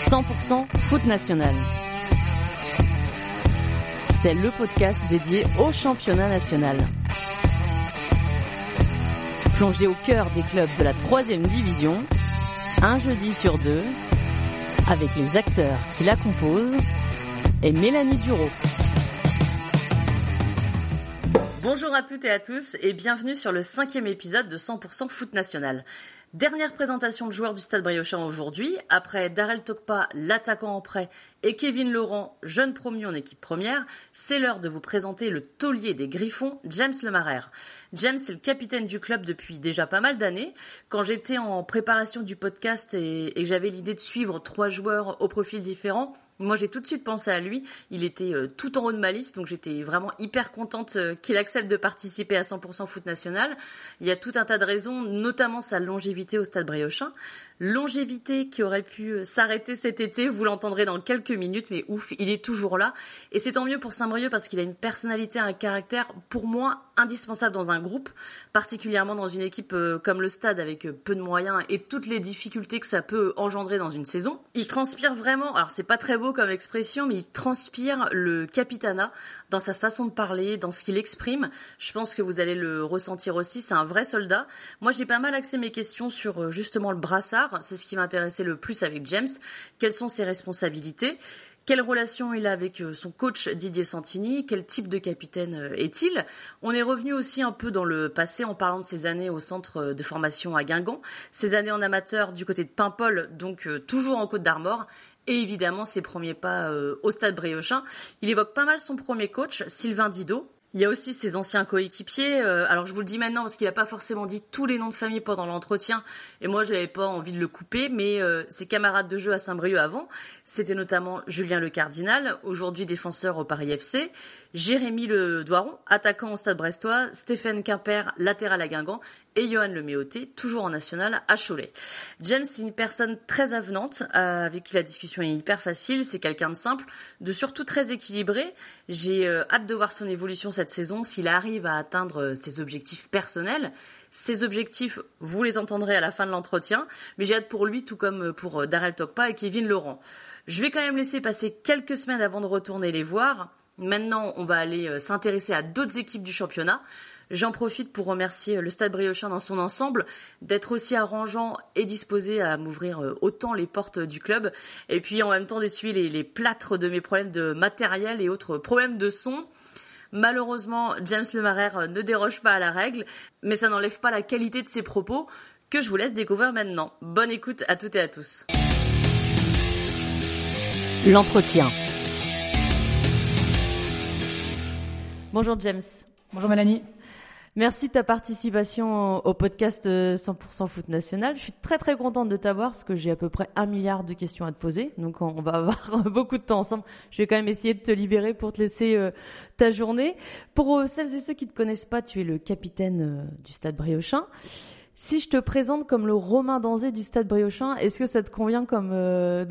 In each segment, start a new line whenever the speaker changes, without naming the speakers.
100% foot national. C'est le podcast dédié au championnat national. Plongé au cœur des clubs de la 3e division, un jeudi sur deux, avec les acteurs qui la composent et Mélanie Duro. Bonjour à toutes et à tous et bienvenue sur le 5e épisode de 100% foot national. Dernière présentation de joueurs du Stade Briochin aujourd'hui, après Darrell Tokpa, l'attaquant en prêt, et Kevin Laurent, jeune promu en équipe première, c'est l'heure de vous présenter le taulier des Griffons, James Lemarer. James est le capitaine du club depuis déjà pas mal d'années. Quand j'étais en préparation du podcast et que j'avais l'idée de suivre 3 joueurs au profil différent, moi j'ai tout de suite pensé à lui. Il était tout en haut de ma liste, donc j'étais vraiment hyper contente qu'il accepte de participer à 100% foot national. Il y a tout un tas de raisons, notamment sa longévité au Stade Briochin. Longévité qui aurait pu s'arrêter cet été, vous l'entendrez dans quelques minutes, mais ouf, il est toujours là. Et c'est tant mieux pour Saint-Brieuc parce qu'il a une personnalité, un caractère, pour moi, indispensable dans un groupe, particulièrement dans une équipe comme le Stade avec peu de moyens et toutes les difficultés que ça peut engendrer dans une saison. Il transpire vraiment, alors c'est pas très beau comme expression, mais il transpire le capitanat dans sa façon de parler, dans ce qu'il exprime. Je pense que vous allez le ressentir aussi, c'est un vrai soldat. Moi j'ai pas mal axé mes questions sur justement le brassard, c'est ce qui m'intéressait le plus avec James. Quelles sont ses responsabilités ? Quelle relation il a avec son coach Didier Santini ? Quel type de capitaine est-il ? On est revenu aussi un peu dans le passé en parlant de ses années au centre de formation à Guingamp, ses années en amateur du côté de Paimpol, donc toujours en Côte d'Armor, et évidemment ses premiers pas au Stade Briochin. Il évoque pas mal son premier coach, Sylvain Didot. Il y a aussi ses anciens coéquipiers, alors je vous le dis maintenant parce qu'il n'a pas forcément dit tous les noms de famille pendant l'entretien, et moi je n'avais pas envie de le couper, mais ses camarades de jeu à Saint-Brieuc avant, c'était notamment Julien Le Cardinal, aujourd'hui défenseur au Paris FC, Jérémy Le Doiron, attaquant au Stade Brestois, Stéphane Quimper, latéral à Guingamp, et Johan Le Méoté, toujours en national à Cholet. James, c'est une personne très avenante, avec qui la discussion est hyper facile, c'est quelqu'un de simple, de surtout très équilibré. J'ai hâte de voir son évolution cette saison, s'il arrive à atteindre ses objectifs personnels. Ces objectifs, vous les entendrez à la fin de l'entretien, mais j'ai hâte pour lui, tout comme pour Darrell Tokpa et Kevin Laurent. Je vais quand même laisser passer quelques semaines avant de retourner les voir. Maintenant, on va aller s'intéresser à d'autres équipes du championnat. J'en profite pour remercier le Stade Briochin dans son ensemble, d'être aussi arrangeant et disposé à m'ouvrir autant les portes du club, et puis en même temps d'essuyer les plâtres de mes problèmes de matériel et autres problèmes de son. Malheureusement, James Lemarer ne déroge pas à la règle, mais ça n'enlève pas la qualité de ses propos, que je vous laisse découvrir maintenant. Bonne écoute à toutes et à tous. L'entretien. Bonjour James.
Bonjour Mélanie.
Merci de ta participation au podcast 100% foot national. Je suis très très contente de t'avoir parce que j'ai à peu près 1 milliard de questions à te poser. Donc on va avoir beaucoup de temps ensemble. Je vais quand même essayer de te libérer pour te laisser ta journée. Pour celles et ceux qui ne te connaissent pas, tu es le capitaine du Stade Briochin. Si je te présente comme le Romain Danzé du Stade Briochin, est-ce que ça te convient comme description ?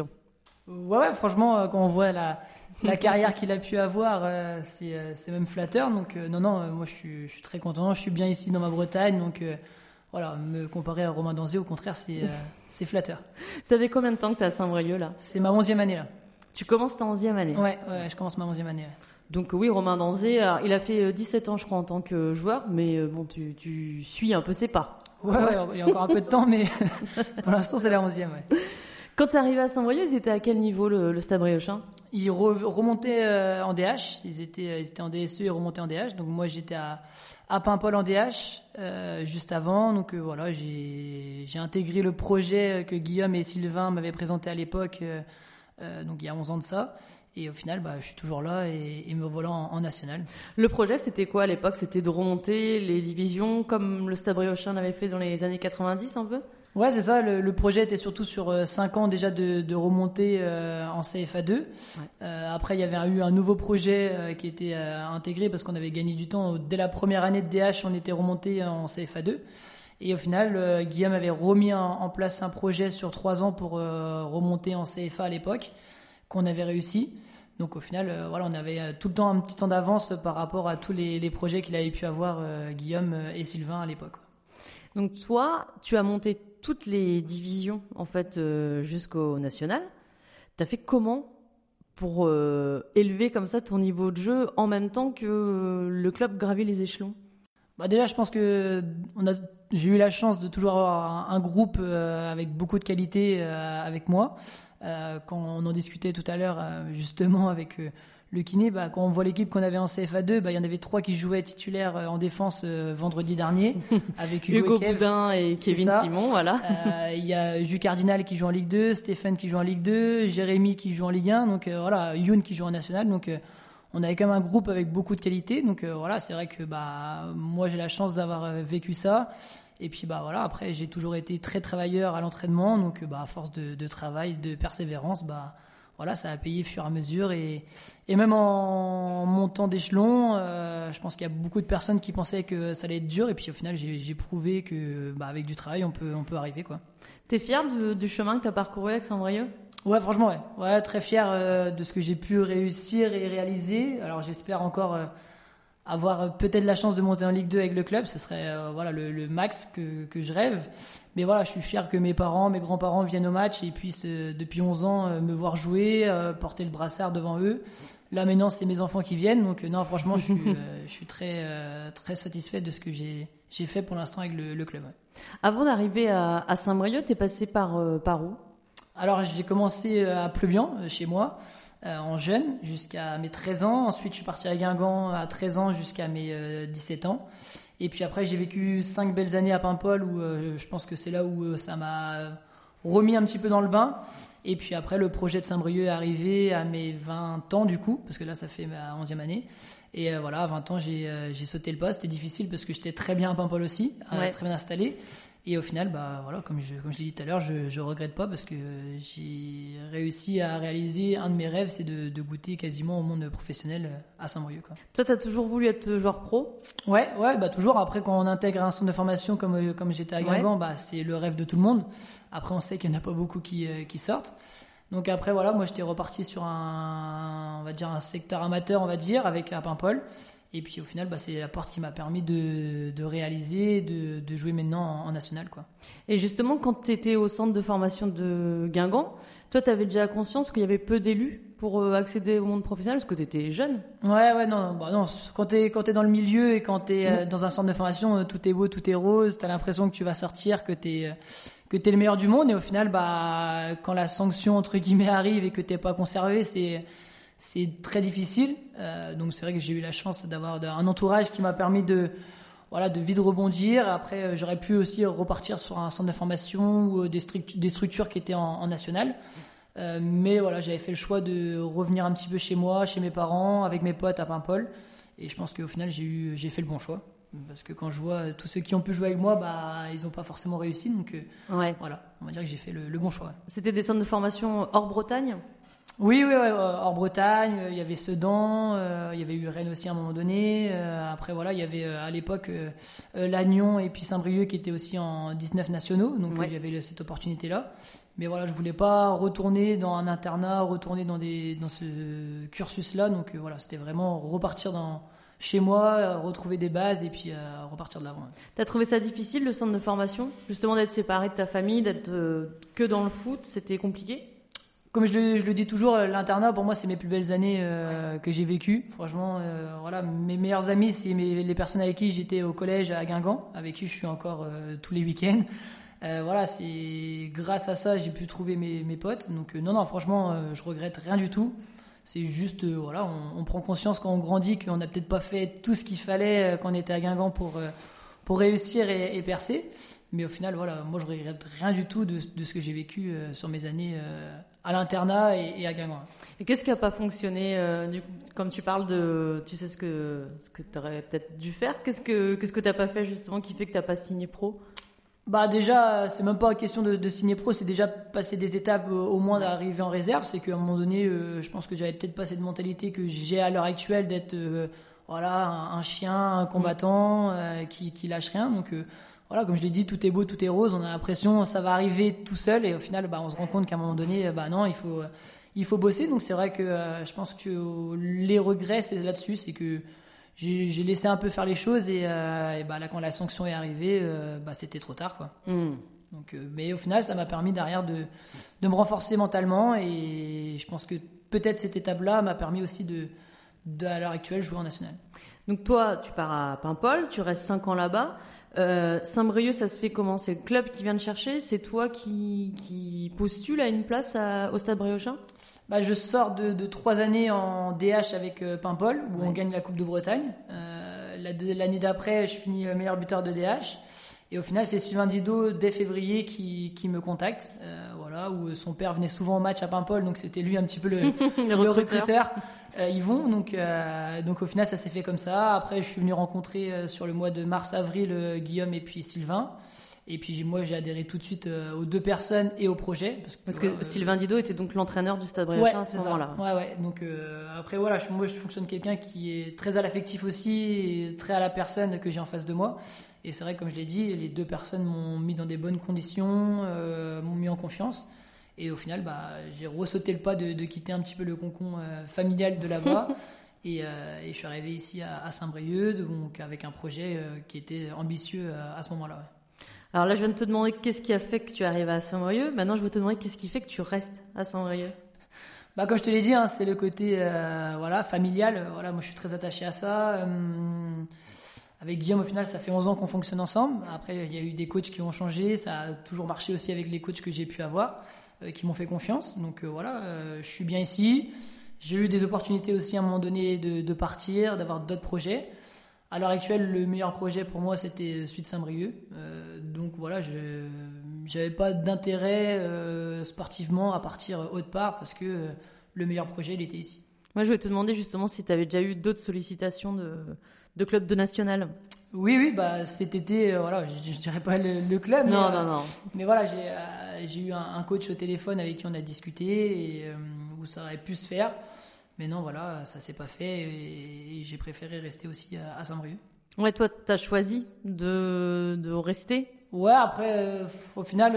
Ouais, franchement, quand on voit la carrière qu'il a pu avoir, c'est même flatteur. Donc moi je suis très content. Je suis bien ici dans ma Bretagne, donc voilà, me comparer à Romain Danzé, au contraire, c'est flatteur.
Ça fait combien de temps que tu es à Saint-Brieuc là ?
C'est ma 11e année là.
Tu commences ta 11e année ?
Ouais, je commence ma 11e année. Ouais.
Donc oui, Romain Danzé, alors, il a fait 17 ans je crois en tant que joueur, mais bon, tu suis un peu ses pas.
Ouais, il y a encore un peu de temps, mais pour l'instant c'est la 11e. Ouais.
Quand tu es arrivé à Saint-Brieuc, ils étaient à quel niveau le Stade Briochin ?
Ils remontaient en DH, ils étaient en DSE et remontaient en DH. Donc moi j'étais à Paimpol en DH juste avant. Donc voilà, j'ai intégré le projet que Guillaume et Sylvain m'avaient présenté à l'époque, donc il y a 11 ans de ça. Et au final, je suis toujours là et me voilà en national. Le
projet, c'était quoi à l'époque ? C'était de remonter les divisions comme le Stade Briochin l'avait fait dans les années 90 un peu ?
Ouais, c'est ça. Le projet était surtout sur 5 ans déjà de remonter en CFA2. Ouais. Après, il y avait eu un nouveau projet qui était intégré parce qu'on avait gagné du temps. Dès la première année de DH, on était remonté en CFA2. Et au final, Guillaume avait remis en place un projet sur 3 ans pour remonter en CFA à l'époque, qu'on avait réussi. Donc au final, on avait tout le temps un petit temps d'avance par rapport à tous les projets qu'il avait pu avoir Guillaume et Sylvain à l'époque.
Donc toi, tu as monté toutes les divisions en fait jusqu'au national. T'as fait comment pour élever comme ça ton niveau de jeu en même temps que le club gravit les échelons?
Déjà, je pense que j'ai eu la chance de toujours avoir un groupe avec beaucoup de qualité avec moi. Quand on en discutait tout à l'heure, justement avec le kiné, quand on voit l'équipe qu'on avait en CFA2, il y en avait 3 qui jouaient titulaires en défense vendredi dernier, avec
Hugo Boudin et Kevin Simon, voilà.
Il y a Jules Cardinal qui joue en Ligue 2, Stéphane qui joue en Ligue 2, Jérémy qui joue en Ligue 1, donc voilà, Youn qui joue en National, donc on avait quand même un groupe avec beaucoup de qualité, donc voilà, c'est vrai que moi j'ai la chance d'avoir vécu ça. Et puis voilà, après j'ai toujours été très travailleur à l'entraînement, donc à force de travail, de persévérance, voilà, ça a payé au fur et à mesure, et même en montant d'échelon, je pense qu'il y a beaucoup de personnes qui pensaient que ça allait être dur, et puis au final j'ai prouvé que avec du travail on peut arriver, quoi.
T'es fier du chemin que t'as parcouru avec Saint-Brieuc?
Ouais, franchement, ouais, très fier de ce que j'ai pu réussir et réaliser. Alors j'espère encore avoir peut-être la chance de monter en Ligue 2 avec le club, ce serait voilà le max que je rêve. Mais voilà, je suis fier que mes grands-parents viennent au match et puissent depuis 11 ans me voir jouer, porter le brassard devant eux. Là maintenant, c'est mes enfants qui viennent, donc non, franchement, je suis très très satisfait de ce que j'ai fait pour l'instant avec le club. Ouais.
Avant d'arriver à Saint-Brieuc, t'es passé par où?
Alors j'ai commencé à Pleubian, chez moi. En jeune jusqu'à mes 13 ans. Ensuite, je suis parti à Guingamp à 13 ans jusqu'à mes 17 ans. Et puis après, j'ai vécu 5 belles années à Paimpol où je pense que c'est là où ça m'a remis un petit peu dans le bain. Et puis après, le projet de Saint-Brieuc est arrivé à mes 20 ans du coup, parce que là, ça fait ma 11e année. Et voilà, à 20 ans, j'ai sauté le pas. C'était difficile parce que j'étais très bien à Paimpol aussi, très bien installé. Et au final, voilà, comme je l'ai dit tout à l'heure, je regrette pas parce que j'ai réussi à réaliser un de mes rêves, c'est de goûter quasiment au monde professionnel à Saint-Brieuc, quoi.
Toi, t'as toujours voulu être joueur pro?
Ouais, toujours. Après, quand on intègre un centre de formation comme j'étais à Guingamp, c'est le rêve de tout le monde. Après, on sait qu'il n'y en a pas beaucoup qui sortent. Donc après, voilà, moi, j'étais reparti sur on va dire un secteur amateur, on va dire, avec à Paimpol. Et puis au final, c'est la porte qui m'a permis de réaliser, de jouer maintenant en national, quoi.
Et justement, quand tu étais au centre de formation de Guingamp, toi, tu avais déjà conscience qu'il y avait peu d'élus pour accéder au monde professionnel, parce que tu étais jeune?
Ouais, non. Quand t'es dans le milieu et quand t'es dans un centre de formation, tout est beau, tout est rose, t'as l'impression que tu vas sortir, que t'es le meilleur du monde, et au final, quand la sanction entre guillemets arrive et que t'es pas conservé, c'est très difficile. Donc c'est vrai que j'ai eu la chance d'avoir un entourage qui m'a permis de vite rebondir. Après, j'aurais pu aussi repartir sur un centre de formation ou des structures qui étaient en national. Mais voilà, j'avais fait le choix de revenir un petit peu chez moi, chez mes parents, avec mes potes à Paimpol. Et je pense qu'au final, j'ai fait le bon choix. Parce que quand je vois tous ceux qui ont pu jouer avec moi, ils n'ont pas forcément réussi. Donc voilà, on va dire que j'ai fait le bon choix. Ouais.
C'était des centres de formation hors Bretagne?
Oui, hors Bretagne, il y avait Sedan, il y avait eu Rennes aussi à un moment donné. Après voilà, il y avait à l'époque Lannion et puis Saint-Brieuc qui étaient aussi en 19 nationaux, donc il y avait cette opportunité-là. Mais voilà, je voulais pas retourner dans un internat, retourner dans ce cursus-là, donc voilà, c'était vraiment repartir chez moi, retrouver des bases et puis repartir de l'avant. Ouais.
T'as trouvé ça difficile, le centre de formation, justement d'être séparé de ta famille, d'être que dans le foot, c'était compliqué?
Comme je le dis toujours, l'internat pour moi c'est mes plus belles années que j'ai vécues. Franchement, voilà, mes meilleurs amis c'est les personnes avec qui j'étais au collège à Guingamp, avec qui je suis encore tous les week-ends. Voilà, c'est grâce à ça j'ai pu trouver mes potes. Donc non, franchement, je regrette rien du tout. C'est juste, voilà, on prend conscience quand on grandit qu'on n'a peut-être pas fait tout ce qu'il fallait quand on était à Guingamp pour réussir et percer. Mais au final, voilà, moi je regrette rien du tout de ce que j'ai vécu sur mes années à l'internat et à Guingamp.
Et qu'est-ce qui n'a pas fonctionné comme tu parles tu sais ce que tu aurais peut-être dû faire. Qu'est-ce que t'as pas fait justement qui fait que t'as pas signé pro?
Déjà, c'est même pas question de signer pro, c'est déjà passer des étapes au moins d'arriver en réserve. C'est qu'à un moment donné, je pense que j'avais peut-être pas cette mentalité que j'ai à l'heure actuelle d'être voilà un chien, un combattant qui lâche rien. Donc voilà, comme je l'ai dit, tout est beau, tout est rose. On a l'impression que ça va arriver tout seul et au final, on se rend compte qu'à un moment donné, non, il faut bosser. Donc c'est vrai que je pense que les regrets, c'est là-dessus, c'est que j'ai laissé un peu faire les choses et là quand la sanction est arrivée, c'était trop tard, quoi. Donc, mais au final, ça m'a permis derrière de me renforcer mentalement, et je pense que peut-être cette étape-là m'a permis aussi à l'heure actuelle, jouer en national.
Donc toi, tu pars à Paimpol, tu restes 5 ans là-bas. Saint-Brieuc, ça se fait comment? C'est le club qui vient te chercher? C'est toi qui postule à une place au Stade Briochin?
Je sors de 3 années en DH avec Paimpol, où on gagne la Coupe de Bretagne. L'année d'après, je finis meilleur buteur de DH. Et au final, c'est Sylvain Didot, dès février, qui me contacte. Où son père venait souvent au match à Paimpol, donc c'était lui un petit peu le recruteur. Yvon, donc au final, ça s'est fait comme ça. Après, je suis venu rencontrer sur le mois de mars-avril Guillaume et puis Sylvain. Et puis moi, j'ai adhéré tout de suite aux 2 personnes et au projet.
Parce que Sylvain Didot était donc l'entraîneur du Stade Briochin à ce moment-là.
Ouais. Donc après, voilà, moi, je fonctionne quelqu'un qui est très à l'affectif aussi, et très à la personne que j'ai en face de moi. Et c'est vrai, comme je l'ai dit, les 2 personnes m'ont mis dans des bonnes conditions, m'ont mis en confiance. Et au final, j'ai ressauté le pas de quitter un petit peu le cocon familial de là-bas. Et je suis arrivé ici à Saint-Brieuc, donc avec un projet qui était ambitieux à ce moment-là. Ouais.
Alors là, je viens de te demander qu'est-ce qui a fait que tu arrives à Saint-Brieuc. Maintenant, je vais te demander qu'est-ce qui fait que tu restes à Saint-Brieuc.
Comme je te l'ai dit, c'est le côté familial. Moi, je suis très attaché à ça. Avec Guillaume, au final, ça fait 11 ans qu'on fonctionne ensemble. Après, il y a eu des coachs qui ont changé. Ça a toujours marché aussi avec les coachs que j'ai pu avoir, qui m'ont fait confiance. Donc je suis bien ici. J'ai eu des opportunités aussi à un moment donné de partir, d'avoir d'autres projets. À l'heure actuelle, le meilleur projet pour moi, c'était celui de Saint-Brieuc. Donc je n'avais pas d'intérêt sportivement à partir autre part, parce que le meilleur projet, il était ici.
Moi, je voulais te demander justement si tu avais déjà eu d'autres sollicitations de clubs de national.
Oui, cet été, je dirais pas le club.
Non.
Mais j'ai eu un coach au téléphone avec qui on a discuté, et où ça aurait pu se faire. Mais non, ça s'est pas fait, et j'ai préféré rester aussi à Saint-Brieuc.
Ouais, toi, t'as choisi de rester?
Ouais, après, au final,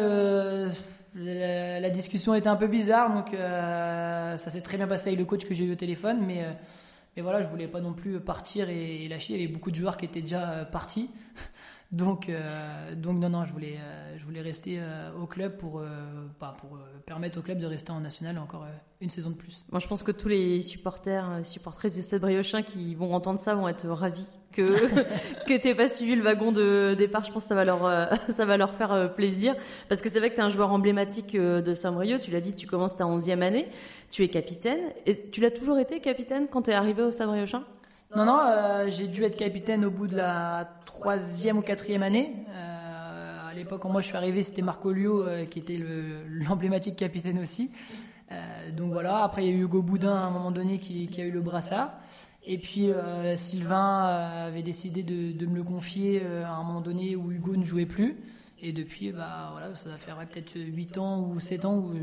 la discussion était un peu bizarre, donc ça s'est très bien passé avec le coach que j'ai eu au téléphone, mais je voulais pas non plus partir et lâcher. Il y avait beaucoup de joueurs qui étaient déjà partis. Donc non, je voulais rester au club pour permettre au club de rester en national encore une saison de plus.
Moi, je pense que tous les supportrices du Stade Briochin qui vont entendre ça vont être ravis que t'aies pas suivi le wagon de départ. Je pense que ça va leur faire plaisir, parce que c'est vrai que t'es un joueur emblématique de Saint-Brieuc. Tu l'as dit, tu commences ta 11e année, tu es capitaine. Et tu l'as toujours été capitaine quand t'es arrivé au Stade Briochin?
Non, j'ai dû être capitaine au bout de la 3e ou 4e année. À l'époque, quand moi je suis arrivé, c'était Marco Lio qui était l'emblématique capitaine aussi. Donc après il y a eu Hugo Boudin à un moment donné qui a eu le brassard. Et puis Sylvain avait décidé de me le confier à un moment donné où Hugo ne jouait plus. Et depuis, ça va faire peut-être 8 ans ou 7 ans où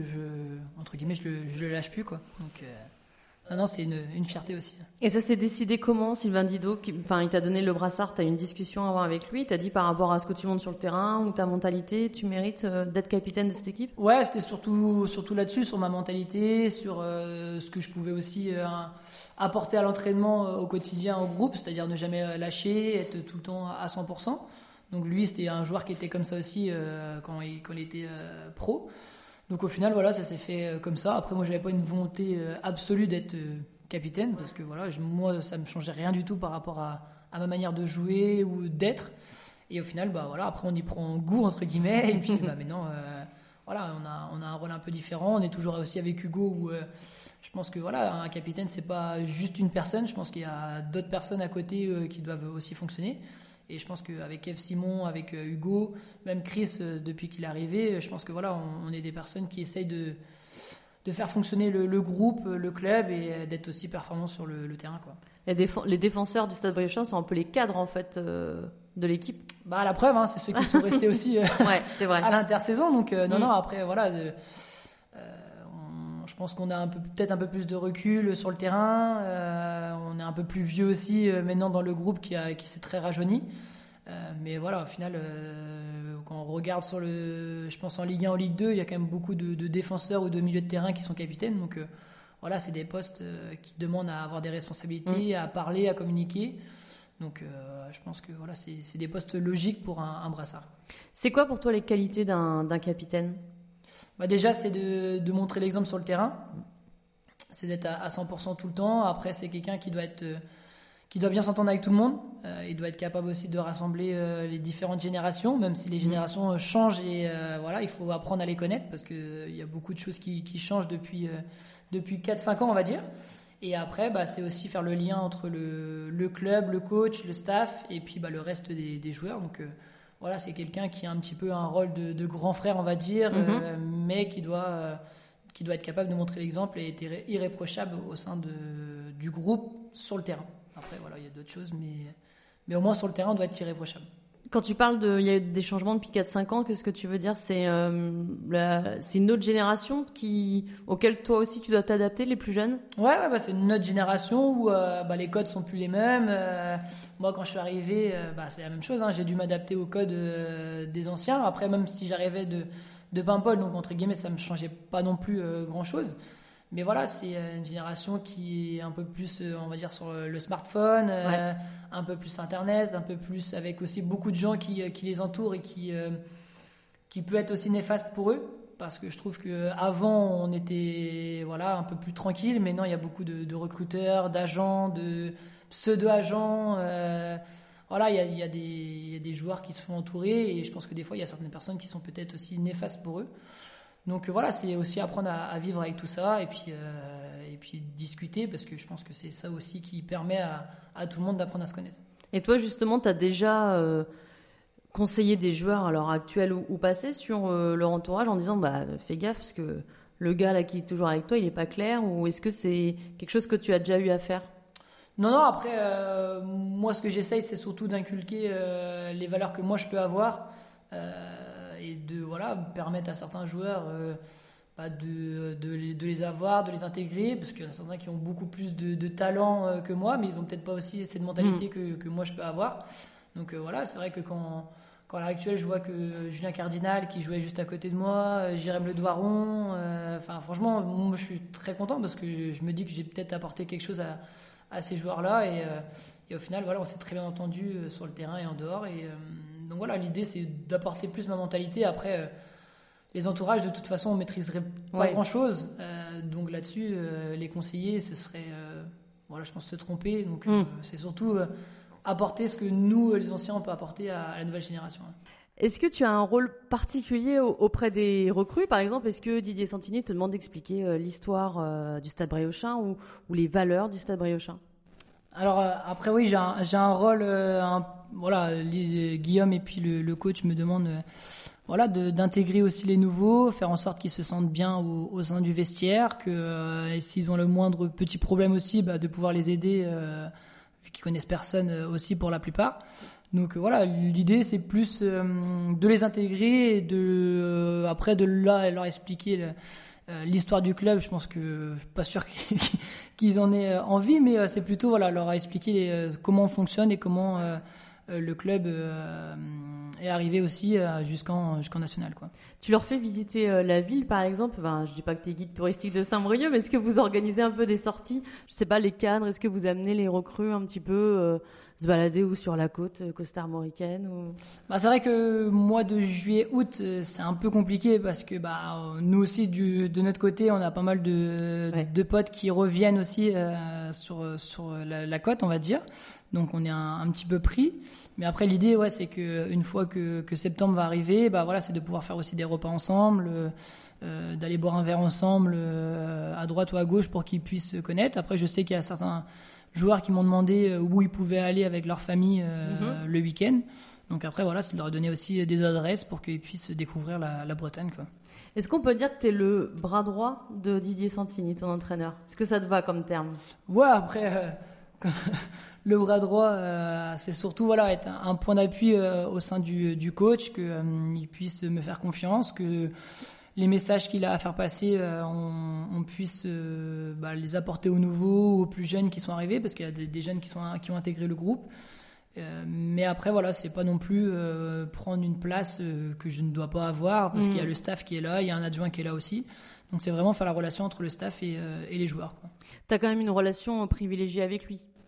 je le lâche plus, quoi. Donc non, c'est une fierté aussi.
Et ça s'est décidé comment, Sylvain Didot? Il t'a donné le brassard, t'as eu une discussion à avoir avec lui, t'as dit par rapport à ce que tu montres sur le terrain ou ta mentalité, tu mérites d'être capitaine de cette équipe?
Ouais, c'était surtout là-dessus, sur ma mentalité, sur ce que je pouvais aussi apporter à l'entraînement au quotidien au groupe, c'est-à-dire ne jamais lâcher, être tout le temps à 100%. Donc lui, c'était un joueur qui était comme ça aussi quand il était pro. Donc au final, ça s'est fait comme ça. Après, moi, j'avais pas une volonté absolue d'être capitaine, parce que moi, ça me changeait rien du tout par rapport à ma manière de jouer ou d'être. Et au final, après, on y prend goût, entre guillemets. Et puis, maintenant, on a un rôle un peu différent. On est toujours aussi avec Hugo, où je pense que un capitaine, c'est pas juste une personne. Je pense qu'il y a d'autres personnes à côté qui doivent aussi fonctionner. Et je pense qu'avec F. Simon, avec Hugo, même Chris, depuis qu'il est arrivé, je pense que on est des personnes qui essayent de faire fonctionner le groupe, le club, et d'être aussi performants sur le terrain, quoi.
Les défenseurs du Stade Briochin sont un peu les cadres, en fait, de l'équipe.
La preuve, c'est ceux qui sont restés aussi
ouais, c'est vrai.
À l'intersaison. Donc non, après, je pense qu'on a peut-être un peu plus de recul sur le terrain. On est un peu plus vieux aussi maintenant dans le groupe qui s'est très rajeuni. Mais au final, quand on regarde je pense en Ligue 1, en Ligue 2, il y a quand même beaucoup de défenseurs ou de milieux de terrain qui sont capitaines. Donc c'est des postes qui demandent à avoir des responsabilités, à parler, à communiquer. Donc je pense que voilà, c'est des postes logiques pour un brassard.
C'est quoi pour toi les qualités d'un capitaine ?
Déjà, c'est de montrer l'exemple sur le terrain. C'est d'être à 100% tout le temps. Après, c'est quelqu'un qui doit bien s'entendre avec tout le monde. Il doit être capable aussi de rassembler les différentes générations, même si les générations changent et voilà, il faut apprendre à les connaître parce que il y a beaucoup de choses qui changent depuis 4-5 ans, on va dire. Et après, c'est aussi faire le lien entre le club, le coach, le staff et puis le reste des joueurs. Donc voilà, c'est quelqu'un qui a un petit peu un rôle de grand frère, on va dire, mais qui doit être capable de montrer l'exemple et être irréprochable au sein du groupe sur le terrain. Après, voilà, il y a d'autres choses, mais au moins sur le terrain, on doit être irréprochable.
Quand tu parles il y a eu des changements depuis 4-5 ans, qu'est-ce que tu veux dire ? C'est une autre génération auquel toi aussi tu dois t'adapter, les plus jeunes ?
Ouais, c'est une autre génération où les codes sont plus les mêmes. Moi, quand je suis arrivé, c'est la même chose. J'ai dû m'adapter aux codes des anciens. Après, même si j'arrivais de Paimpol, donc entre guillemets, ça me changeait pas non plus grand-chose. Mais voilà, c'est une génération qui est un peu plus, on va dire, sur le smartphone, un peu plus Internet, un peu plus avec aussi beaucoup de gens qui les entourent et qui peut être aussi néfaste pour eux. Parce que je trouve qu'avant, on était un peu plus tranquille. Maintenant, il y a beaucoup de recruteurs, d'agents, de pseudo-agents. Il y a des joueurs qui se font entourer et je pense que des fois, il y a certaines personnes qui sont peut-être aussi néfastes pour eux. Donc c'est aussi apprendre à vivre avec tout ça et puis discuter parce que je pense que c'est ça aussi qui permet à tout le monde d'apprendre à se connaître.
Et toi justement, tu as déjà conseillé des joueurs alors actuels ou passés sur leur entourage en disant fais gaffe parce que le gars là qui est toujours avec toi, il est pas clair, ou est-ce que c'est quelque chose que tu as déjà eu à faire ?
Non, après moi ce que j'essaye c'est surtout d'inculquer les valeurs que moi je peux avoir. Et de permettre à certains joueurs de les avoir, de les intégrer, parce qu'il y en a certains qui ont beaucoup plus de talent que moi, mais ils ont peut-être pas aussi cette mentalité que moi je peux avoir. Donc c'est vrai que quand à l'heure actuelle je vois que Julien Cardinal qui jouait juste à côté de moi, Jérém Le Doiron, franchement moi je suis très content parce que je me dis que j'ai peut-être apporté quelque chose à ces joueurs-là et au final on s'est très bien entendu sur le terrain et en dehors donc l'idée c'est d'apporter plus ma mentalité. Après les entourages de toute façon on maîtriserait pas grand-chose, donc là-dessus les conseillers ce serait je pense se tromper, donc c'est surtout apporter ce que nous les anciens on peut apporter à la nouvelle génération.
Est-ce que tu as un rôle particulier auprès des recrues, par exemple ? Est-ce que Didier Santini te demande d'expliquer l'histoire du Stade Briochin ou les valeurs du Stade Briochin ?
Alors après oui, j'ai un rôle, Guillaume et puis le coach me demandent d'intégrer aussi les nouveaux, faire en sorte qu'ils se sentent bien au sein du vestiaire, que et s'ils ont le moindre petit problème aussi, de pouvoir les aider vu qu'ils connaissent personne aussi pour la plupart. Donc l'idée c'est plus de les intégrer et après de leur expliquer l'histoire du club. Je pense que je suis pas sûr qu'ils en aient envie, mais c'est plutôt leur expliquer comment on fonctionne et comment le club est arrivé aussi jusqu'en national, quoi.
Tu leur fais visiter la ville, par exemple. Je dis pas que tu es guide touristique de Saint-Brieuc, mais est-ce que vous organisez un peu des sorties ? Je sais pas, les cadres, est-ce que vous amenez les recrues un petit peu se balader ou sur la côte armoricaine ou...
C'est vrai que mois de juillet-août, c'est un peu compliqué parce que nous aussi de notre côté, on a pas mal de potes qui reviennent aussi sur la côte, on va dire. Donc on est un petit peu pris, mais après l'idée c'est que une fois que septembre va arriver, c'est de pouvoir faire aussi des repas ensemble, d'aller boire un verre ensemble à droite ou à gauche pour qu'ils puissent se connaître. Après je sais qu'il y a certains joueurs qui m'ont demandé où ils pouvaient aller avec leur famille le week-end. Donc après c'est de leur donner aussi des adresses pour qu'ils puissent découvrir la Bretagne, quoi.
Est-ce qu'on peut dire que tu es le bras droit de Didier Santini, ton entraîneur ? Est-ce que ça te va comme terme ?
Ouais, après le bras droit, c'est surtout être un point d'appui au sein du coach, qu'il puisse me faire confiance, que les messages qu'il a à faire passer, on puisse les apporter aux nouveaux, aux plus jeunes qui sont arrivés, parce qu'il y a des jeunes qui ont intégré le groupe. Mais après c'est pas non plus prendre une place que je ne dois pas avoir, parce qu'il y a le staff qui est là, il y a un adjoint qui est là aussi. Donc c'est vraiment faire la relation entre le staff et les joueurs, quoi.
T'as quand même une relation privilégiée avec lui.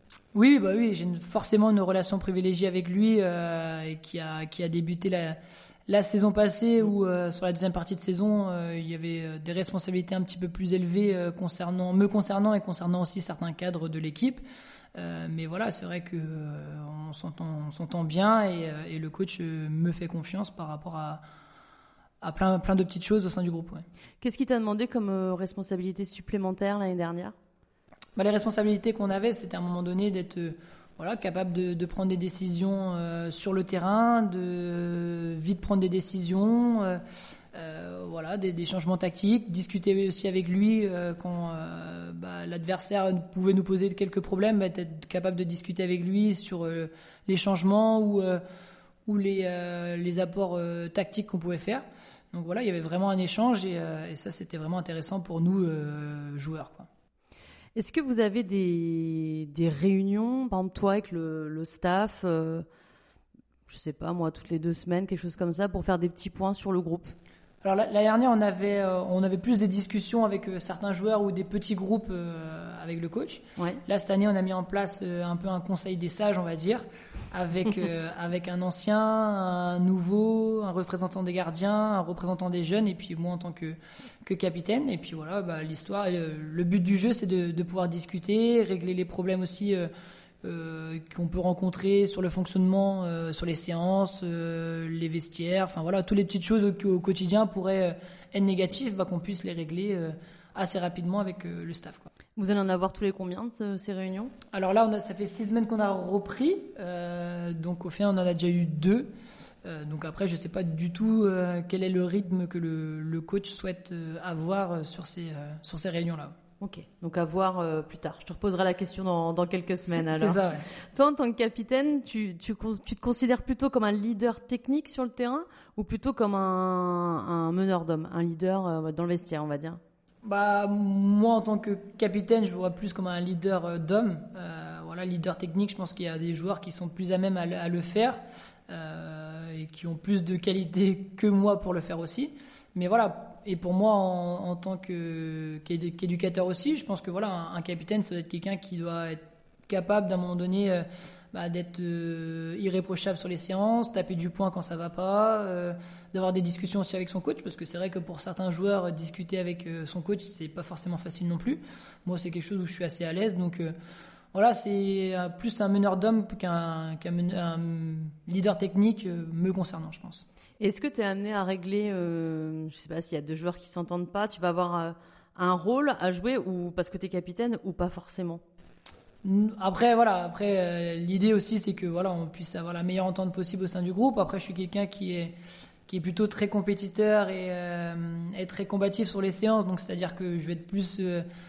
Oui, oui, j'ai forcément une relation privilégiée avec lui et qui a débuté la saison passée où sur la deuxième partie de saison il y avait des responsabilités un petit peu plus élevées me concernant et concernant aussi certains cadres de l'équipe. Mais voilà, c'est vrai que on s'entend bien et le coach me fait confiance par rapport à plein de petites choses au sein du groupe. Ouais.
Qu'est-ce qu'il t'a demandé comme responsabilité supplémentaire l'année dernière ?
Les responsabilités qu'on avait, c'était à un moment donné d'être capable de prendre des décisions sur le terrain, de vite prendre des décisions, des changements tactiques, discuter aussi avec lui quand l'adversaire pouvait nous poser quelques problèmes, être capable de discuter avec lui sur les changements ou les apports tactiques qu'on pouvait faire. Donc voilà, il y avait vraiment un échange et ça c'était vraiment intéressant pour nous joueurs, quoi.
Est-ce que vous avez des réunions, par exemple toi avec le staff, je sais pas moi, toutes les 2 semaines, quelque chose comme ça, pour faire des petits points sur le groupe ?
Alors l'année dernière, on avait plus des discussions avec certains joueurs ou des petits groupes avec le coach.
Ouais.
Là, cette année, on a mis en place un peu un conseil des sages, on va dire, avec un ancien, un nouveau, un représentant des gardiens, un représentant des jeunes, et puis moi en tant que capitaine. Et puis voilà, l'histoire, le but du jeu, c'est de pouvoir discuter, régler les problèmes aussi qu'on peut rencontrer sur le fonctionnement, sur les séances, les vestiaires, enfin voilà, toutes les petites choses qui au quotidien pourraient être négatives, qu'on puisse les régler assez rapidement avec le staff, quoi.
Vous allez en avoir tous les combien de ces réunions ?
Alors là, ça fait 6 semaines qu'on a repris, donc au final on en a déjà eu 2. Donc après, je sais pas du tout quel est le rythme que le coach souhaite avoir sur ces réunions-là.
Ok, donc à voir plus tard. Je te reposerai la question dans quelques semaines alors.
C'est ça, ouais.
Toi, en tant que capitaine, tu te considères plutôt comme un leader technique sur le terrain ou plutôt comme un meneur d'hommes, un leader dans le vestiaire, on va dire ?
Moi, en tant que capitaine, je vois plus comme un leader d'hommes. Leader technique, je pense qu'il y a des joueurs qui sont plus à même à le faire et qui ont plus de qualité que moi pour le faire aussi. Mais voilà, et pour moi, en tant qu'éducateur aussi, je pense que un capitaine, ça doit être quelqu'un qui doit être capable d'un moment donné d'être irréprochable sur les séances, taper du poing quand ça va pas, d'avoir des discussions aussi avec son coach, parce que c'est vrai que pour certains joueurs, discuter avec son coach, c'est pas forcément facile non plus. Moi, c'est quelque chose où je suis assez à l'aise, donc c'est plus un meneur d'hommes qu'un leader technique me concernant, je pense.
Est-ce que tu es amené à régler, je sais pas s'il y a 2 joueurs qui s'entendent pas, tu vas avoir un rôle à jouer ou parce que tu es capitaine ou pas forcément ?
Après l'idée aussi c'est que on puisse avoir la meilleure entente possible au sein du groupe. Après je suis quelqu'un qui est plutôt très compétiteur et est très combatif sur les séances, donc c'est-à-dire que je vais être plus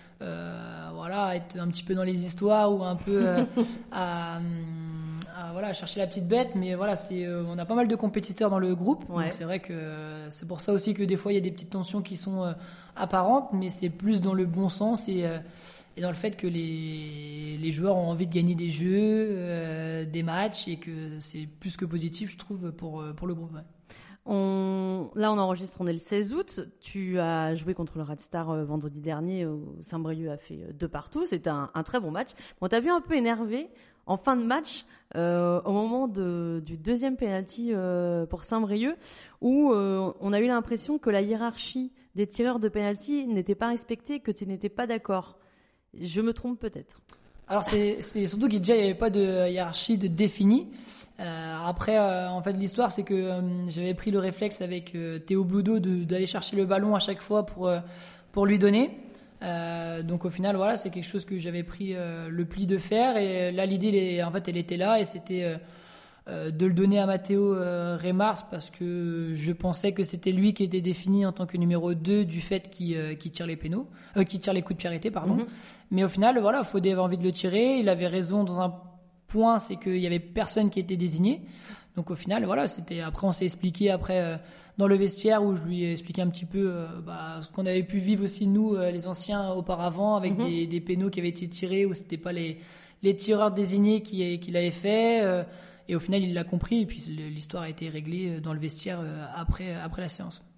être un petit peu dans les histoires ou un peu à chercher la petite bête, mais on a pas mal de compétiteurs dans le groupe, ouais. Donc c'est vrai que c'est pour ça aussi que des fois il y a des petites tensions qui sont apparentes, mais c'est plus dans le bon sens et dans le fait que les joueurs ont envie de gagner des jeux, des matchs, et que c'est plus que positif, je trouve, pour le groupe. Ouais.
Là, on enregistre, on est le 16 août. Tu as joué contre le Red Star vendredi dernier, où Saint-Brieuc a fait 2-2. C'était un très bon match. On t'a vu un peu énervé en fin de match, au moment du deuxième penalty pour Saint-Brieuc, où on a eu l'impression que la hiérarchie des tireurs de penalty n'était pas respectée, que tu n'étais pas d'accord. Je me trompe peut-être.
Alors c'est surtout qu'il n'y avait pas de hiérarchie de définie. Après, en fait, l'histoire c'est que j'avais pris le réflexe avec Théo Bloudeau d'aller chercher le ballon à chaque fois pour lui donner. Donc au final, c'est quelque chose que j'avais pris le pli de faire. Et là, l'idée, elle était là, et c'était de le donner à Matteo Remars, parce que je pensais que c'était lui qui était défini en tant que numéro 2 du fait qu'il tire les pénaux, qui tire les coups de pied arrêtés, pardon. Mm-hmm. Mais au final, Fodé avait envie de le tirer. Il avait raison dans un point, c'est qu'il y avait personne qui était désigné. Donc au final, après on s'est expliqué dans le vestiaire, où je lui ai expliqué un petit peu ce qu'on avait pu vivre aussi nous les anciens auparavant, avec des pénaux qui avaient été tirés où c'était pas les tireurs désignés qui l'avaient fait. Et au final, il l'a compris, et puis l'histoire a été réglée dans le vestiaire après la séance.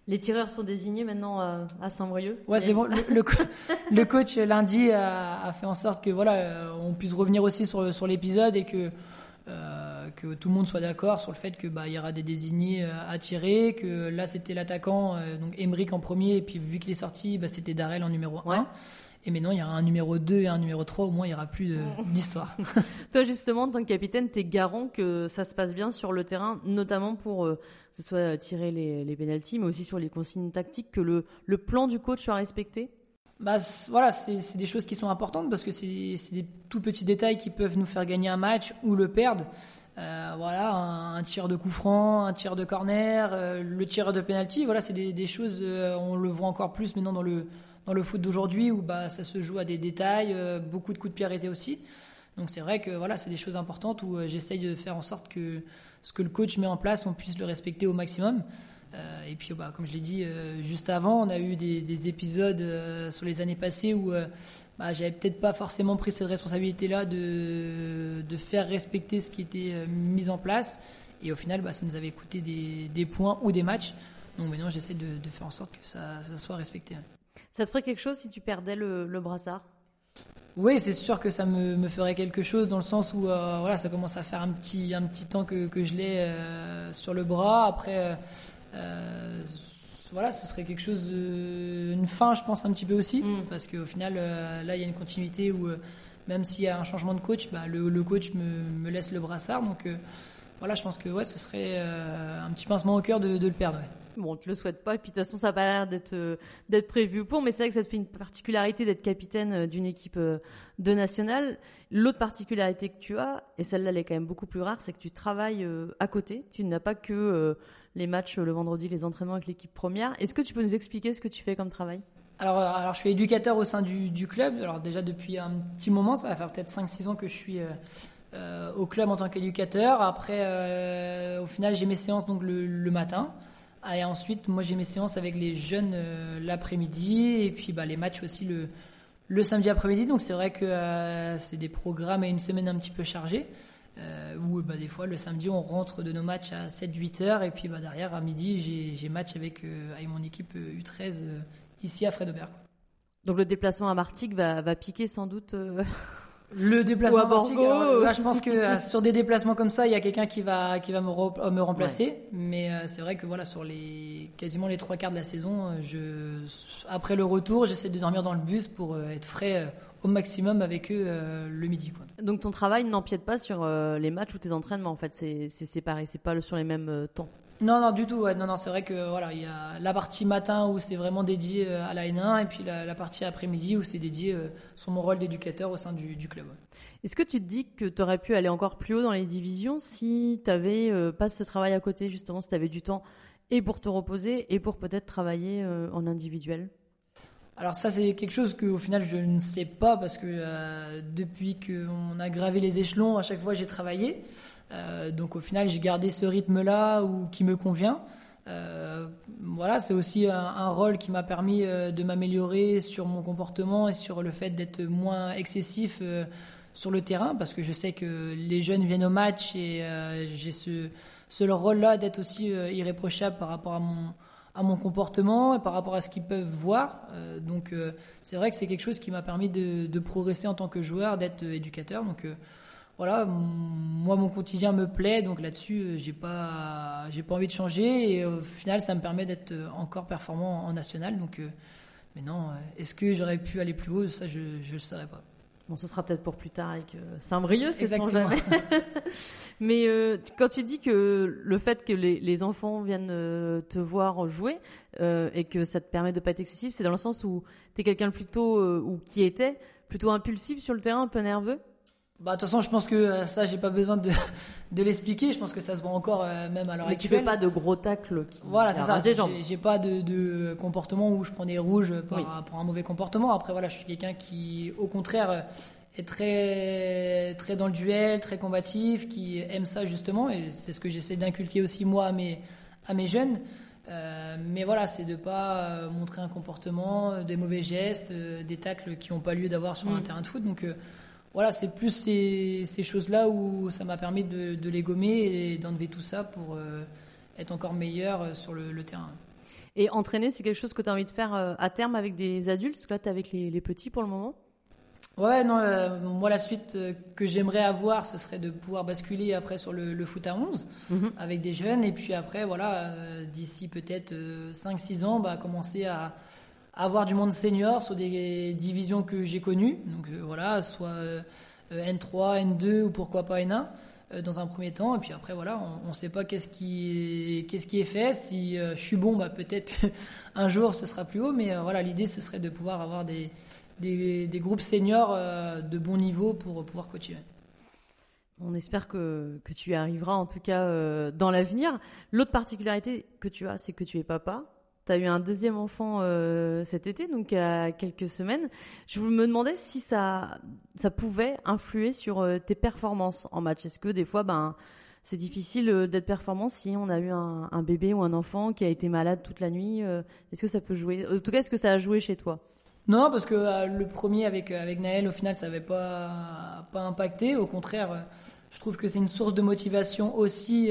Les tireurs sont désignés maintenant à Saint-Brieuc.
Ouais, c'est bon. Le coach lundi a fait en sorte que voilà, on puisse revenir aussi sur l'épisode et que tout le monde soit d'accord sur le fait que il y aura des désignés à tirer, que là c'était l'attaquant donc Emeric en premier et puis vu qu'il est sorti, c'était Darrell en numéro 1. Et maintenant, il y aura un numéro 2 et un numéro 3. Au moins, il n'y aura plus d'histoire.
Toi, justement, en tant que capitaine, t'es garant que ça se passe bien sur le terrain, notamment pour que ce soit tirer les pénaltys, mais aussi sur les consignes tactiques, que le plan du coach soit respecté.
Voilà, c'est des choses qui sont importantes parce que c'est des tout petits détails qui peuvent nous faire gagner un match ou le perdre. Voilà, un tir de coup franc, un tir de corner, le tir de penalty. Voilà, c'est des choses. On le voit encore plus maintenant dans le foot d'aujourd'hui où ça se joue à des détails, beaucoup de coups de pied arrêtés aussi. Donc c'est vrai que voilà, c'est des choses importantes où j'essaye de faire en sorte que ce que le coach met en place, on puisse le respecter au maximum. Et puis comme je l'ai dit juste avant, on a eu des épisodes sur les années passées où j'avais peut-être pas forcément pris cette responsabilité-là de faire respecter ce qui était mis en place. Et au final, ça nous avait coûté des points ou des matchs. Donc maintenant, j'essaie de faire en sorte que ça soit respecté.
Ça te ferait quelque chose si tu perdais le brassard ?
Oui, c'est sûr que ça me ferait quelque chose dans le sens où ça commence à faire un petit temps que je l'ai sur le bras. Après, ce serait quelque chose, une fin, je pense un petit peu aussi, parce qu'au final, là, il y a une continuité où même s'il y a un changement de coach, le coach me laisse le brassard. Donc je pense que ce serait un petit pincement au cœur de le perdre. Ouais.
Bon, on te le souhaite pas, et puis de toute façon, ça n'a pas l'air d'être prévu pour, mais c'est vrai que ça te fait une particularité d'être capitaine d'une équipe de nationale. L'autre particularité que tu as, et celle-là, elle est quand même beaucoup plus rare, c'est que tu travailles à côté. Tu n'as pas que les matchs le vendredi, les entraînements avec l'équipe première. Est-ce que tu peux nous expliquer ce que tu fais comme travail ?
Alors je suis éducateur au sein du club. Alors déjà depuis un petit moment, ça va faire peut-être 5-6 ans que je suis au club en tant qu'éducateur. Après, au final, j'ai mes séances donc le matin. Et ensuite, moi, j'ai mes séances avec les jeunes l'après-midi et puis les matchs aussi le samedi après-midi. Donc, c'est vrai que c'est des programmes et une semaine un petit peu chargés où des fois, le samedi, on rentre de nos matchs à 7-8 heures et puis derrière, à midi, j'ai match avec mon équipe U13 ici à Fred-Aubert.
Donc, le déplacement à Martigues va piquer sans doute
Le déplacement à Martigues, là, je pense que sur des déplacements comme ça, il y a quelqu'un qui va me remplacer. Ouais. Mais c'est vrai que sur quasiment les 3/4 de la saison, après le retour, j'essaie de dormir dans le bus pour être frais au maximum avec eux le midi. Quoi.
Donc ton travail n'empiète pas sur les matchs ou tes entraînements, en fait, c'est séparé, c'est pas sur les mêmes temps.
Non, du tout. Ouais. Non, c'est vrai que il y a la partie matin où c'est vraiment dédié à la N1 et puis la partie après-midi où c'est dédié sur mon rôle d'éducateur au sein du club. Ouais.
Est-ce que tu te dis que tu aurais pu aller encore plus haut dans les divisions si tu avais pas ce travail à côté, justement, si tu avais du temps et pour te reposer et pour peut-être travailler en individuel ?
Alors ça, c'est quelque chose qu'au final, je ne sais pas parce que depuis qu'on a gravé les échelons, à chaque fois, j'ai travaillé. Donc au final, j'ai gardé ce rythme-là qui me convient. C'est aussi un rôle qui m'a permis de m'améliorer sur mon comportement et sur le fait d'être moins excessif sur le terrain parce que je sais que les jeunes viennent au match et j'ai ce rôle-là d'être aussi irréprochable par rapport à mon comportement et par rapport à ce qu'ils peuvent voir. Donc c'est vrai que c'est quelque chose qui m'a permis de progresser en tant que joueur, d'être éducateur. Donc moi mon quotidien me plaît, donc là-dessus j'ai pas envie de changer et au final ça me permet d'être encore performant en national. Donc mais non, est-ce que j'aurais pu aller plus haut ? Ça je le saurais pas.
Bon, ce sera peut-être pour plus tard avec Saint-Brieuc, c'est sans jamais. Mais quand tu dis que le fait que les enfants viennent te voir jouer et que ça te permet de pas être excessif, c'est dans le sens où t'es quelqu'un plutôt ou qui était plutôt impulsif sur le terrain, un peu nerveux.
De toute façon, je pense que ça, j'ai pas besoin de l'expliquer. Je pense que ça se voit encore même à l'heure actuelle.
Mais tu fais pas de gros tacles.
Voilà, c'est ça. J'ai pas de comportement où je prends des rouges pour un mauvais comportement. Après, je suis quelqu'un qui, au contraire, est très très dans le duel, très combatif, qui aime ça justement. Et c'est ce que j'essaie d'inculquer aussi moi à mes jeunes. Mais c'est de pas montrer un comportement, des mauvais gestes, des tacles qui n'ont pas lieu d'avoir sur un terrain de foot. Donc c'est plus ces choses-là où ça m'a permis de les gommer et d'enlever tout ça pour être encore meilleur sur le terrain.
Et entraîner, c'est quelque chose que tu as envie de faire à terme avec des adultes, parce que là, tu es avec les petits pour le moment?
Ouais, non, moi la suite que j'aimerais avoir, ce serait de pouvoir basculer après sur le foot à 11 avec des jeunes, et puis après, voilà, d'ici peut-être 5-6 ans, commencer à avoir du monde senior sur des divisions que j'ai connues, donc voilà, soit N3, N2 ou pourquoi pas N1 dans un premier temps, et puis après voilà, on sait pas qu'est-ce qui est fait. Si je suis bon, peut-être un jour ce sera plus haut, mais voilà, l'idée ce serait de pouvoir avoir des groupes seniors de bon niveau pour pouvoir coacher.
On espère que tu y arriveras, en tout cas dans l'avenir. L'autre particularité que tu as, c'est que tu es papa. Tu as eu un deuxième enfant cet été, donc il y a quelques semaines. Je me demandais si ça pouvait influer sur tes performances en match. Est-ce que des fois, c'est difficile d'être performant si on a eu un bébé ou un enfant qui a été malade toute la nuit? Est-ce que ça peut jouer? En tout cas, est-ce que ça a joué chez toi?
Non, parce que le premier avec Naël, au final, ça n'avait pas impacté. Au contraire, je trouve que c'est une source de motivation aussi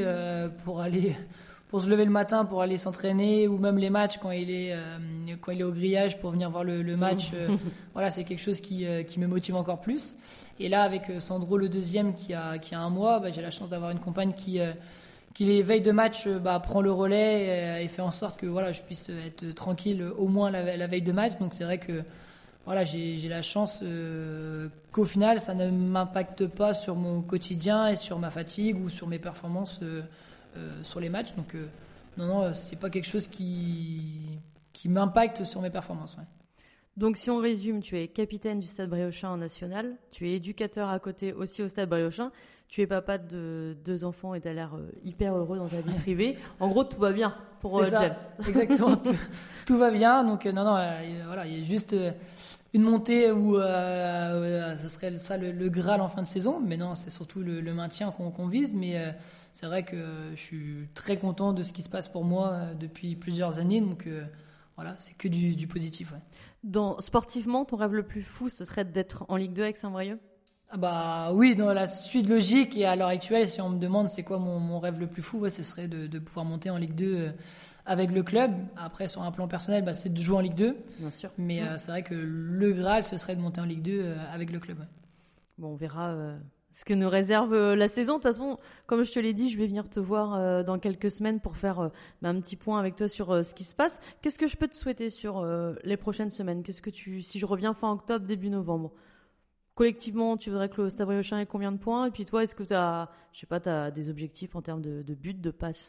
pour se lever le matin, pour aller s'entraîner, ou même les matchs quand il est au grillage pour venir voir le match. Voilà, c'est quelque chose qui me motive encore plus. Et là, avec Sandro, le deuxième, qui a un mois, j'ai la chance d'avoir une compagne qui les veilles de match prend le relais et fait en sorte que voilà, je puisse être tranquille au moins la veille de match. Donc c'est vrai que voilà, j'ai la chance qu'au final ça ne m'impacte pas sur mon quotidien et sur ma fatigue ou sur mes performances sur les matchs. Donc non, c'est pas quelque chose qui m'impacte sur mes performances. Ouais.
Donc si on résume, tu es capitaine du Stade Briochin en national, tu es éducateur à côté aussi au Stade Briochin, tu es papa de 2 enfants et tu as l'air hyper heureux dans ta vie privée. En gros, tout va bien pour James.
Exactement, tout va bien. Donc non, voilà, il y a juste une montée où ce serait ça le Graal en fin de saison. Mais non, c'est surtout le maintien qu'on vise. Mais c'est vrai que je suis très content de ce qui se passe pour moi depuis plusieurs années. Donc voilà, c'est que du positif. Ouais.
Sportivement, ton rêve le plus fou, ce serait d'être en Ligue 2 avec Saint-Brieuc?
Oui, dans la suite logique, et à l'heure actuelle, si on me demande c'est quoi mon rêve le plus fou, ce serait de pouvoir monter en Ligue 2 avec le club. Après, sur un plan personnel, c'est de jouer en Ligue 2.
Bien sûr.
Mais c'est vrai que le Graal, ce serait de monter en Ligue 2 avec le club. Ouais.
Bon, on verra ce que nous réserve la saison. De toute façon, comme je te l'ai dit, je vais venir te voir dans quelques semaines pour faire un petit point avec toi sur ce qui se passe. Qu'est-ce que je peux te souhaiter sur les prochaines semaines? Si je reviens fin octobre, début novembre, collectivement, tu voudrais que le Stade Briochin ait combien de points? Et puis toi, est-ce que t'as des objectifs en termes de buts, de passes,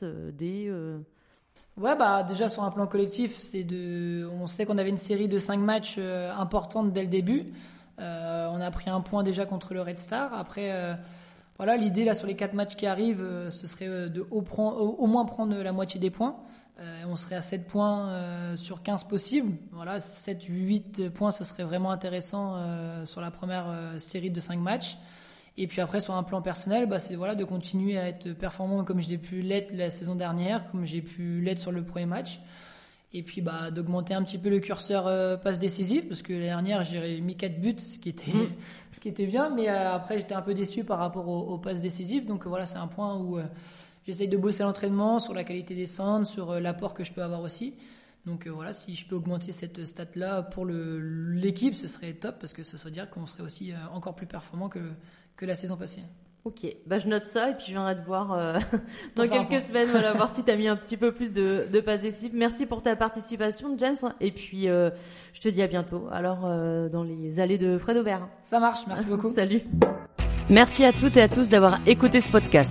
Ouais, déjà sur un plan collectif, on sait qu'on avait une série de 5 matchs importantes dès le début. On a pris un point déjà contre le Red Star. Après, voilà, l'idée là sur les 4 matchs qui arrivent, ce serait de au moins prendre la moitié des points. On serait à 7 points sur 15 possibles. Voilà, 7-8 points, ce serait vraiment intéressant sur la première série de 5 matchs. Et puis après, sur un plan personnel, c'est voilà, de continuer à être performant comme je l'ai pu l'être la saison dernière, comme j'ai pu l'être sur le premier match. Et puis d'augmenter un petit peu le curseur passe décisive, parce que l'année dernière j'ai mis 4 buts, ce qui était bien, mais après j'étais un peu déçu par rapport aux passes décisives. Donc voilà, c'est un point où j'essaye de bosser à l'entraînement sur la qualité des centres, sur l'apport que je peux avoir aussi. Donc voilà, si je peux augmenter cette stat-là pour l'équipe, ce serait top, parce que ça serait dire qu'on serait aussi encore plus performant que la saison passée.
Ok, je note ça et puis je viendrai te voir dans quelques semaines, voilà, voir si tu as mis un petit peu plus de passes décisives. Merci pour ta participation, James, et puis je te dis à bientôt, alors dans les allées de Fred Aubert.
Ça marche, merci beaucoup.
Salut. Merci à toutes et à tous d'avoir écouté ce podcast.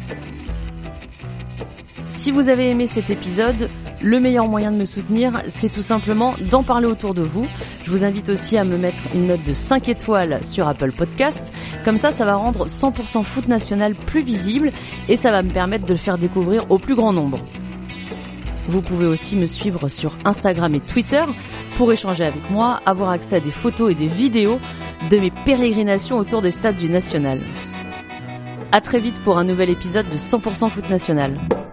Si vous avez aimé cet épisode, le meilleur moyen de me soutenir, c'est tout simplement d'en parler autour de vous. Je vous invite aussi à me mettre une note de 5 étoiles sur Apple Podcast. Comme ça va rendre 100% Foot National plus visible et ça va me permettre de le faire découvrir au plus grand nombre. Vous pouvez aussi me suivre sur Instagram et Twitter pour échanger avec moi, avoir accès à des photos et des vidéos de mes pérégrinations autour des stades du National. À très vite pour un nouvel épisode de 100% Foot National.